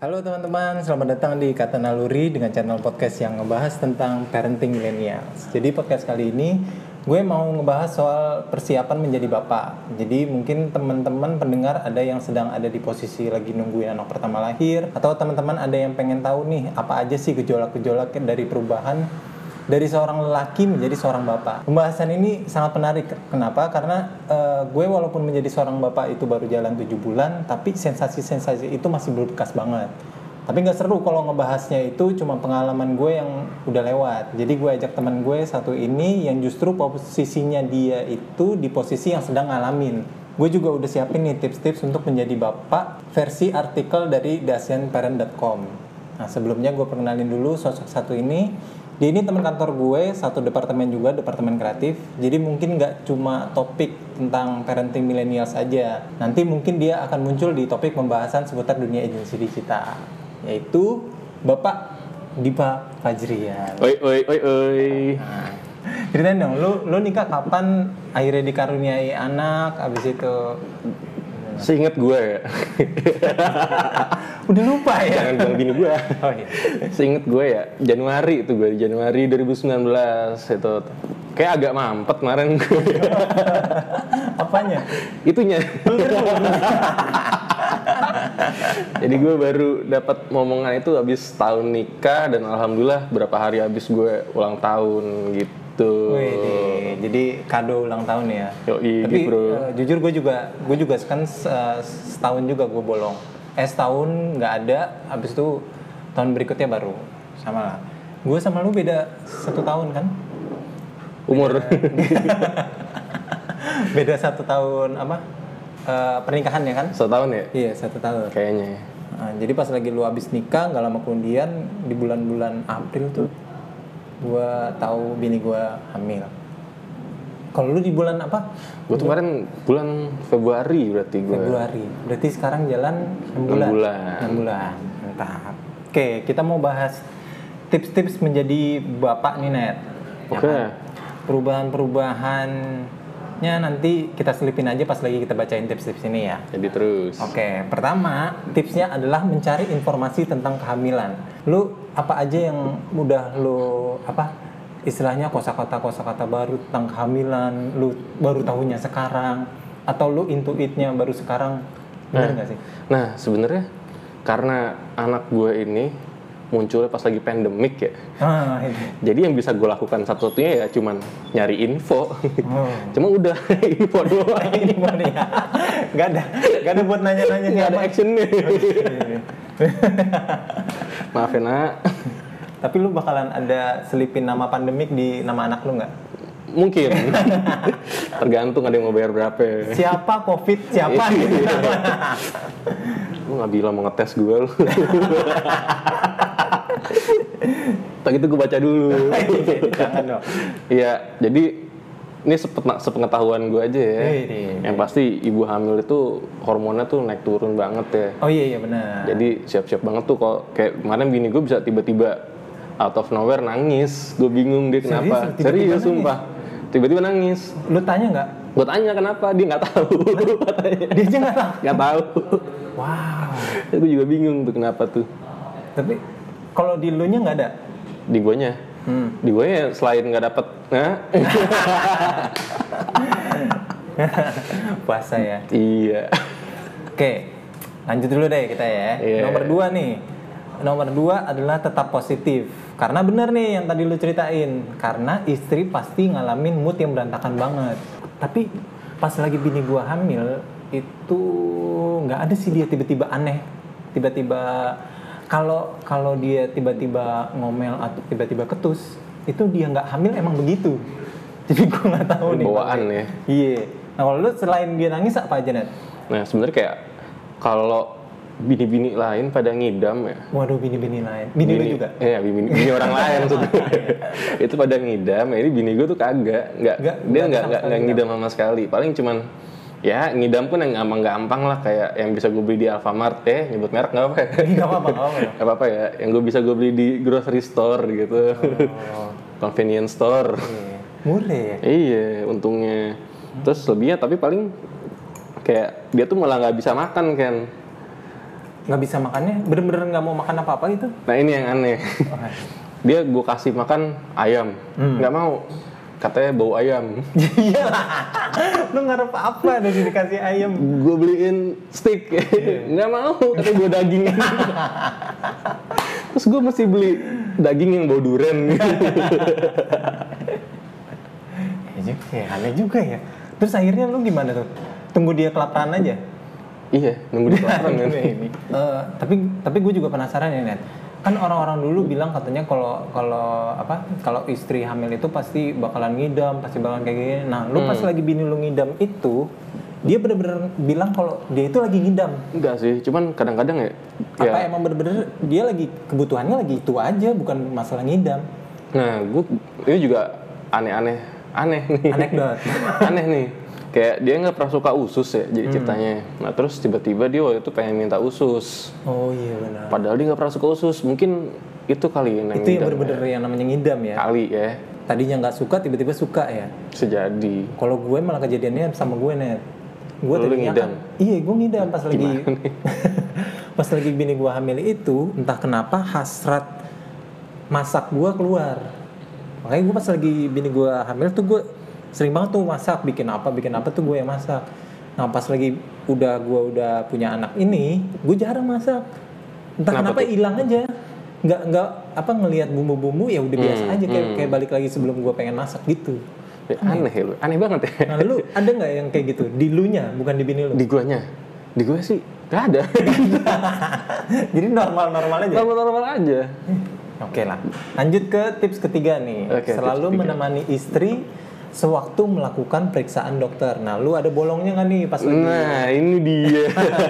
Halo teman-teman, selamat datang di Kata Naluri dengan channel podcast yang ngebahas tentang parenting millennials. Jadi podcast kali ini gue mau ngebahas soal persiapan menjadi bapak. Jadi mungkin teman-teman pendengar ada yang sedang ada di posisi lagi nungguin anak pertama lahir, atau teman-teman ada yang pengen tahu nih apa aja sih gejolak-gejolak dari perubahan dari seorang lelaki menjadi seorang bapak. Pembahasan ini sangat menarik. Kenapa? Karena gue walaupun menjadi seorang bapak itu baru jalan 7 bulan, tapi sensasi-sensasi itu masih berbekas banget. Tapi gak seru kalau ngebahasnya itu cuma pengalaman gue yang udah lewat. Jadi gue ajak teman gue satu ini yang justru posisinya dia itu di posisi yang sedang ngalamin. Gue juga udah siapin nih tips-tips untuk menjadi bapak versi artikel dari theasianparent.com. Nah sebelumnya gue perkenalin dulu sosok satu ini. Dia ini teman kantor gue, satu departemen juga, departemen kreatif. Jadi mungkin nggak cuma topik tentang parenting millennials aja. Nanti mungkin dia akan muncul di topik pembahasan seputar dunia agensi digital, yaitu Bapak Dipa Fajrian. Oi. Nah, ceritain dong, lu nikah kapan, akhirnya dikaruniai anak, abis itu Seinget gue ya. udah lupa ya? Jangan bilang bini gue. Oh iya. Seinget gue ya, Januari 2019 itu. Kayak agak mampet kemarin gue. Apanya? Itunya. Jadi gue baru dapat momongan itu habis tahun nikah, dan alhamdulillah berapa hari habis gue ulang tahun gitu. Wih, jadi kado ulang tahun ya. Yoi, tapi bro. Jujur gue juga kan setahun juga gue bolong. Setahun nggak ada, habis itu tahun berikutnya baru. Sama lah. Gue sama lu beda 1 tahun kan? Umur. Beda 1 tahun apa? Pernikahan ya kan? 1 tahun ya? Iya 1 tahun. Kayaknya. Nah, jadi pas lagi lu habis nikah, nggak lama kemudian di bulan-bulan April tuh gue tahu bini gue hamil. Kalau lu di bulan apa? Gue tuh kemarin bulan Februari berarti gue. Februari. Berarti sekarang jalan 6 bulan. 6 bulan. 6 bulan. Mantap. Oke, kita mau bahas tips-tips menjadi bapak nih, Net. Oke. Ya kan? Perubahan-perubahannya nanti kita selipin aja pas lagi kita bacain tips-tips ini ya. Jadi terus. Oke, pertama tipsnya adalah mencari informasi tentang kehamilan. Lu apa aja yang udah lu istilahnya kosakata baru tentang kehamilan, lu baru tahunya sekarang, atau lu intuitnya baru sekarang, benar nggak sih? Nah, sebenarnya karena anak gue ini munculnya pas lagi pandemik ya. Itu. Jadi yang bisa gue lakukan satu-satunya ya cuman nyari info. Cuma udah info doang. Ini mana ya? Gak ada buat nanya-nanya. Nggak ada actionnya. Maaf ya nak. Tapi lu bakalan ada selipin nama pandemik di nama anak lu nggak? Mungkin. Tergantung ada yang mau bayar berapa. Siapa COVID siapa? Lu nggak bilang mau ngetes gue lu. Tak gitu gue baca dulu. Jangan dong. Iya, jadi ini sepengetahuan gue aja ya. Yang pasti ibu hamil itu hormonnya tuh naik turun banget ya. Oh iya benar. Jadi siap-siap banget tuh kok. Kayak kemarin bini gue bisa tiba-tiba out of nowhere nangis. Gue bingung dia kenapa. Serius sumpah. Tiba-tiba nangis. Lu tanya nggak? Gue tanya kenapa, dia nggak tahu. Dia aja nggak tahu. Nggak tahu. Wow. Gue juga bingung tuh kenapa tuh. Tapi kalau di lu nya nggak ada? Di guanya. Di guanya selain nggak dapet, puasa ya. Iya. Oke, lanjut dulu deh kita ya. Yeah. Nomor 2 nih. Nomor 2 adalah tetap positif. Karena bener nih yang tadi lu ceritain. Karena istri pasti ngalamin mood yang berantakan banget. Tapi pas lagi bini gua hamil itu nggak ada sih dia tiba-tiba aneh. Tiba-tiba kalau dia tiba-tiba ngomel atau tiba-tiba ketus, itu dia nggak hamil emang begitu. Jadi gue nggak tahu nih. Bawaan ya. Iya. Nah kalau lu selain dia nangis apa aja, Net? Nah sebenarnya kayak kalau bini-bini lain pada ngidam ya. Waduh, bini-bini lain. Bini lu juga? Iya, bini orang lain maksudnya. Itu pada ngidam, ini bini gue tuh kagak. Dia nggak ngidam sama sekali. Paling cuman ya ngidam pun yang gampang-gampang lah, kayak yang bisa gue beli di Alfamart ya, nyebut merek nggak apa ya? Nggak apa-apa ya, yang gue bisa gue beli di grocery store gitu, convenience store. Murah ya? Iya, untungnya. Terus lebihnya tapi paling kayak dia tuh malah nggak bisa makan kan. nggak bisa makannya, bener-bener nggak mau makan apa-apa gitu. Nah ini yang aneh. Dia gue kasih makan ayam, nggak mau. Katanya bau ayam. Iya. Lu ngarep apa dari dikasih ayam? Gue beliin steak, nggak mau. Katanya bau daging. Terus gue mesti beli daging yang bau duren. Ya, aneh juga ya. Terus akhirnya lu gimana tuh? Tunggu dia kelaparan aja? Iya, nunggu dia kelaparan kan. Tapi gue juga penasaran ya, Net. Kan orang-orang dulu bilang katanya kalau istri hamil itu pasti bakalan ngidam, pasti bakalan kayak gini. Nah, lu pas lagi bini lu ngidam itu, dia bener-bener bilang kalau dia itu lagi ngidam. Enggak sih, cuman kadang-kadang ya. Apa emang bener-bener dia lagi kebutuhannya lagi itu aja, bukan masalah ngidam? Nah, ini juga aneh nih. Anekdot. Aneh nih. Kayak dia nggak pernah suka usus ya, jadi ceritanya. Nah terus tiba-tiba dia waktu itu pengen minta usus. Oh iya benar. Padahal dia nggak pernah suka usus. Mungkin itu kali yang itu yang bener-bener ya. Yang namanya ngidam ya. Kali ya. Tadinya nggak suka, tiba-tiba suka ya. Sejadi. Kalau gue malah kejadiannya sama gue, Net. Gue tadinya ngidam. Iya, gue ngidam pas lagi pas lagi bini gue hamil itu, entah kenapa hasrat masak gue keluar. Makanya gue pas lagi bini gue hamil tuh gue sering banget tuh masak, bikin apa tuh gue yang masak. Nah pas lagi gue udah punya anak ini, gue jarang masak. Entah kenapa hilang aja. Nggak ngelihat bumbu-bumbu ya udah biasa aja kayak balik lagi sebelum gue pengen masak gitu. Ya, aneh banget ya. Nah lu ada nggak yang kayak gitu? Di lunya, bukan di bini lu? Di gue sih nggak ada. Jadi normal-normal aja? Normal-normal aja. Oke lah, lanjut ke tips ketiga nih. Selalu menemani istri sewaktu melakukan periksaan dokter. Nah, lu ada bolongnya nggak nih pas lagi? Nah, ini dia.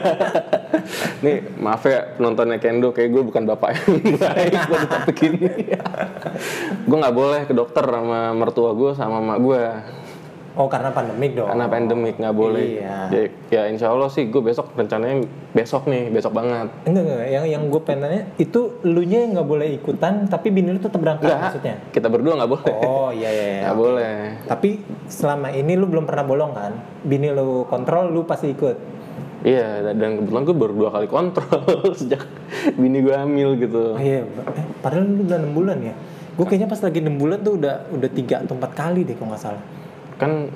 Nih, maaf ya penontonnya Kendo, kayak gue bukan bapak yang baik buat topik ini. Gue nggak boleh ke dokter sama mertua gue sama emak gue. Oh, karena pandemik dong. Karena pandemik nggak boleh. Iya. Jadi, ya insya Allah sih gue rencananya besok banget. Enggak. Yang gue pengen tanya itu elunya nggak boleh ikutan, tapi bini lu tetap berangkat maksudnya? Kita berdua nggak boleh. Oh iya. Nggak boleh. Tapi selama ini lu belum pernah bolong kan? Bini lu kontrol, lu pasti ikut. Iya, dan kebetulan gue baru 2 kali kontrol sejak bini gue hamil gitu. Oh iya, padahal lu udah 6 bulan ya? Gue kayaknya pas lagi 6 bulan tuh udah 3 atau 4 kali deh kalau nggak salah. Kan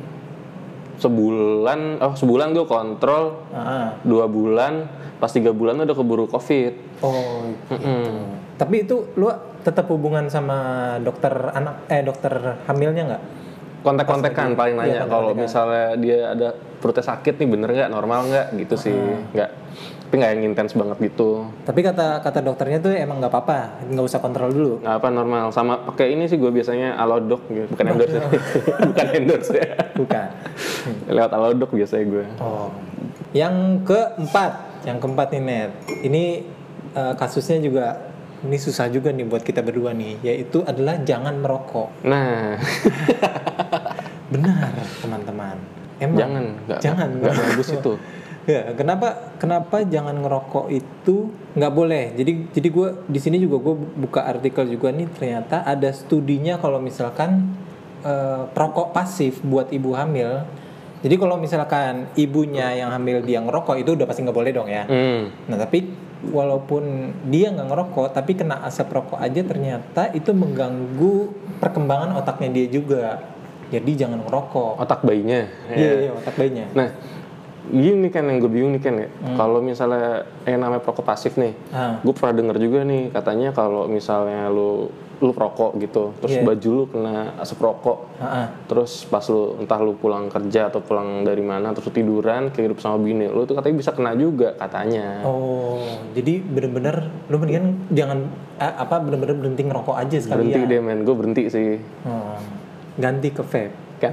sebulan gue kontrol, 2 bulan, pas 3 bulan udah keburu COVID. Oh gitu. Tapi itu lu tetap hubungan sama dokter hamilnya nggak? Kontak-kontakan paling nanya kalau misalnya dia ada perutnya sakit nih, bener nggak, normal nggak gitu sih. Nggak, tapi nggak yang intens banget gitu. Tapi kata dokternya tuh emang nggak apa-apa, nggak usah kontrol dulu. Nggak apa, normal. Sama pakai ini sih gue biasanya Alodok gitu. Bukan endorse ya. Bukan endorse ya. Bukan. Lewat Alodok biasanya gue. Oh. Yang keempat nih, Net. Ini kasusnya juga ini susah juga nih buat kita berdua nih, yaitu adalah jangan merokok. Nah. Benar, teman-teman. Emang jangan nggak bagus itu. Ya, kenapa jangan ngerokok itu nggak boleh? Jadi gue di sini juga gue buka artikel juga nih, ternyata ada studinya kalau misalkan perokok pasif buat ibu hamil. Jadi kalau misalkan ibunya yang hamil dia ngerokok itu udah pasti nggak boleh dong ya. Nah tapi walaupun dia nggak ngerokok tapi kena asap rokok aja ternyata itu mengganggu perkembangan otaknya dia juga. Jadi jangan ngerokok. Otak bayinya. Iya, otak bayinya. Nah, gini kan yang gue bingung nih kan ya. Kalau misalnya namanya perokok pasif nih, gue pernah denger juga nih katanya kalau misalnya lu perokok gitu, terus baju lu kena asap rokok, terus pas entah lu pulang kerja atau pulang dari mana, terus lu tiduran kayak hidup sama bini lu tuh katanya bisa kena juga katanya. Oh, jadi bener-bener lu mendingan jangan bener-bener berhenti ngerokok aja sekalian. Berhenti deh men, gue berhenti sih. Ganti ke vape.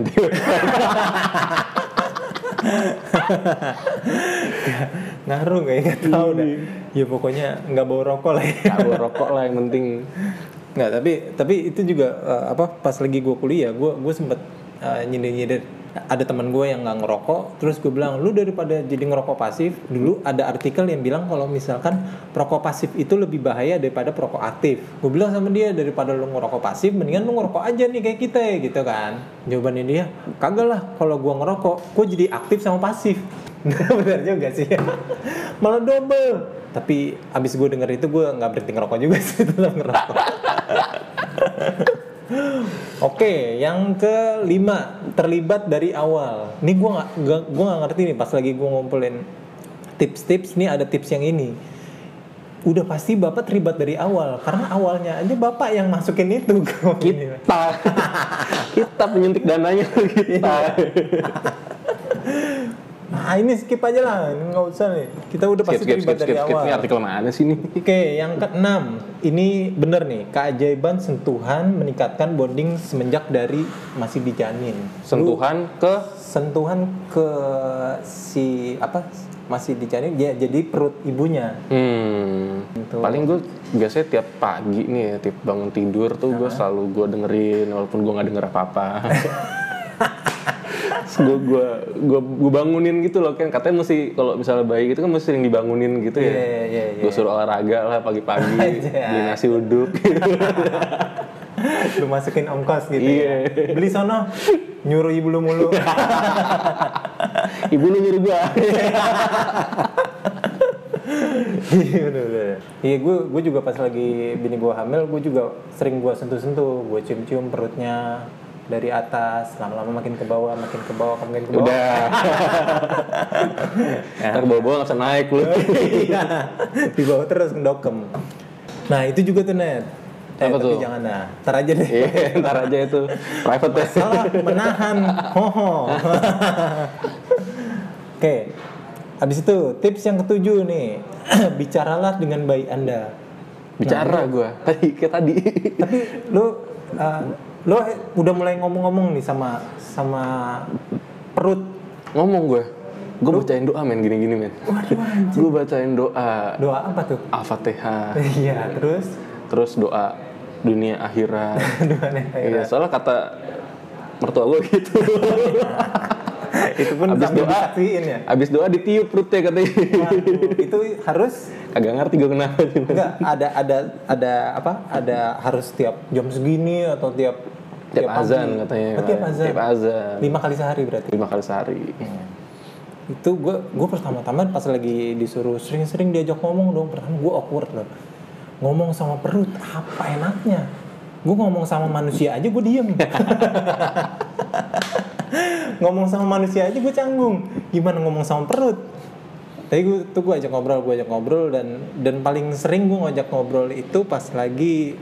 Ngaruh nggak ya? Nggak tahu dah. Ya pokoknya nggak bawa rokok lah. Nggak bawa rokok lah yang penting. Nggak, tapi itu juga pas lagi gue kuliah, gue sempet nyindir ada teman gue yang nggak ngerokok, terus gue bilang lu daripada jadi ngerokok pasif, dulu ada artikel yang bilang kalau misalkan perokok pasif itu lebih bahaya daripada perokok aktif. Gue bilang sama dia, daripada lu ngerokok pasif mendingan lu ngerokok aja nih kayak kita ya gitu kan. Jawabannya dia, kagak lah, kalau gue ngerokok gue jadi aktif sama pasif. Benar juga sih. Malah double. Tapi abis gue denger itu gue nggak berhenti ngerokok juga sih, tetap ngerokok. Oke, yang kelima, terlibat dari awal. Ini gue nggak ngerti nih pas lagi gue ngumpulin tips-tips. Nih ada tips yang ini. Udah pasti bapak terlibat dari awal, karena awalnya aja bapak yang masukin itu. Kita penyuntik dananya kita. Nah ini skip aja lah, ini nggak usah nih. Kita udah pasti terlibat dari awal. Ini artikel mana sih nih? Oke, yang keenam, ini bener nih, keajaiban sentuhan meningkatkan bonding semenjak dari masih dijanin. Sentuhan ke si apa? Masih dijanin, ya jadi perut ibunya. Gitu. Paling gue biasanya tiap pagi nih ya, tiap bangun tidur tuh gue selalu gue dengerin, walaupun gue nggak denger apa-apa. gue bangunin gitu loh, kan katanya mesti kalau misalnya bayi gitu kan mesti sering dibangunin gitu ya. Gue suruh olahraga lah pagi-pagi, beli nasi uduk. Lu masukin ongkos gitu ya. Beli sono, nyuruh ibu lu mulu. Ibu lu nyuruh gua. Iya, gue juga pas lagi bini gue hamil, gue juga sering gue sentuh-sentuh, gue cium-cium perutnya dari atas, lama-lama makin ke bawah. Udah. Ntar bawah-bawah nggak bisa naik lu. Di bawah terus ngedokem. Nah itu juga tuh Net. Apa tapi tuh? Jangan dah. Ntar aja deh. Ntar aja itu. Private test. Masalah menahan. Oke. Habis itu tips yang ketujuh nih. Bicaralah dengan bayi Anda. Bicara gue. Kayak tadi. Tapi lo udah mulai ngomong-ngomong nih sama perut. Ngomong gue bacain doa men, gini-gini men. Gue bacain doa. Doa apa tuh? Al-Fatihah. Iya, Terus doa dunia akhirat. Iya, soalnya kata mertua gue gitu. Itu pun abis doa ya. Abis doa ditiup perutnya katanya. Waduh, itu harus kagak ngerti gue kenapa juga. Enggak, ada harus tiap jam segini atau tiap azan katanya. Tiap azan. 5 kali sehari berarti. 5 kali sehari. Itu gue pertama-tama pas lagi disuruh sering-sering diajak ngomong dong, pertama gue awkward loh. Ngomong sama perut apa enaknya? Gue ngomong sama manusia aja gue diem. Ngomong sama manusia aja gue canggung. Gimana ngomong sama perut? Tapi gue ajak ngobrol dan paling sering gue ngajak ngobrol itu pas lagi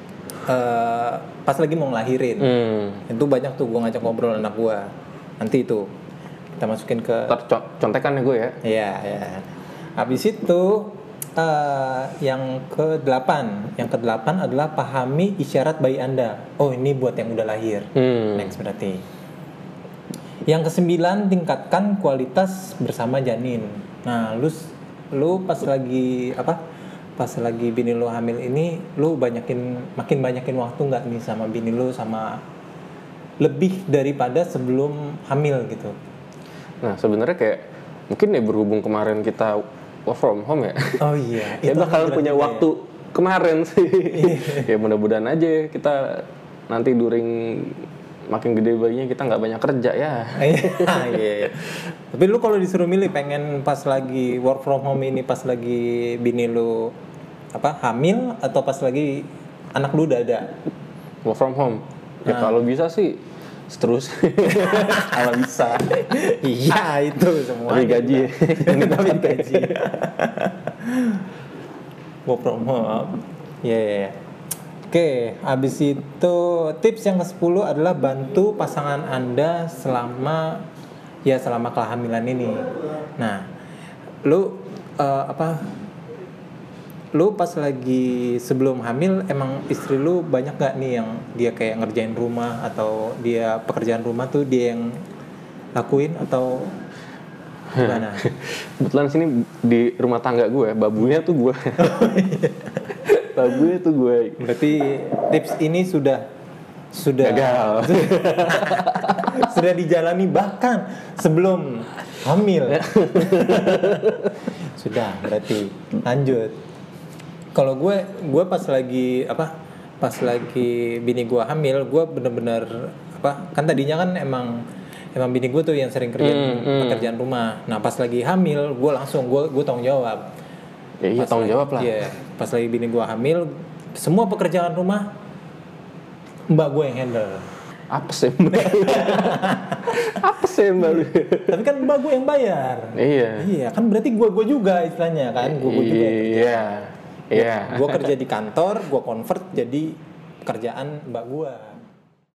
mau ngelahirin. Itu banyak tuh gue ngajak ngobrol anak gue. Nanti itu kita masukin ke contekan ya gue ya. Iya. Habis itu yang ke-8 adalah pahami isyarat bayi Anda. Oh, ini buat yang udah lahir. Next berarti. Yang ke-9, tingkatkan kualitas bersama janin. Nah, lu pas lagi bini lu hamil ini, lu makin banyakin waktu nggak nih sama bini lu, sama lebih daripada sebelum hamil gitu. Nah, sebenarnya kayak mungkin ya berhubung kemarin kita work from home ya. Oh iya. Ya bakalan punya waktu kemarin sih. Ya mudah-mudahan aja kita nanti during makin gede bayinya kita nggak banyak kerja ya. Iya. Tapi lu kalau disuruh milih pengen pas lagi work from home ini, pas lagi bini lu hamil atau pas lagi anak lu udah ada? Work from home. Ya kalau bisa sih terus. Kalau bisa. Iya itu semua. Tapi gaji. Tapi gaji. Work from home. Iya. Oke, habis itu tips yang ke-10 adalah bantu pasangan Anda selama kehamilan ini. Nah, lu pas lagi sebelum hamil emang istri lu banyak gak nih yang dia kayak ngerjain rumah atau dia pekerjaan rumah tuh dia yang lakuin atau gimana? Kebetulan sini di rumah tangga gue, babunya tuh gue. Babunya tuh gue. Berarti tips ini sudah gagal. Sudah dijalani bahkan sebelum hamil. Sudah, berarti lanjut. Kalau gue pas lagi bini gue hamil, gue bener-bener kan tadinya kan emang emang bini gue tuh yang sering kerjain pekerjaan rumah. Nah pas lagi hamil gue langsung gue tanggung jawab. Ya iya tanggung jawab lah. Iya, pas lagi bini gue hamil, semua pekerjaan rumah mbak gue yang handle. Apa sih mbak? Apa sih mbak? Tapi kan mbak gue yang bayar. Iya, kan berarti gue juga istilahnya kan, gue juga. Iya. Gue kerja di kantor, gue convert jadi pekerjaan mbak gue.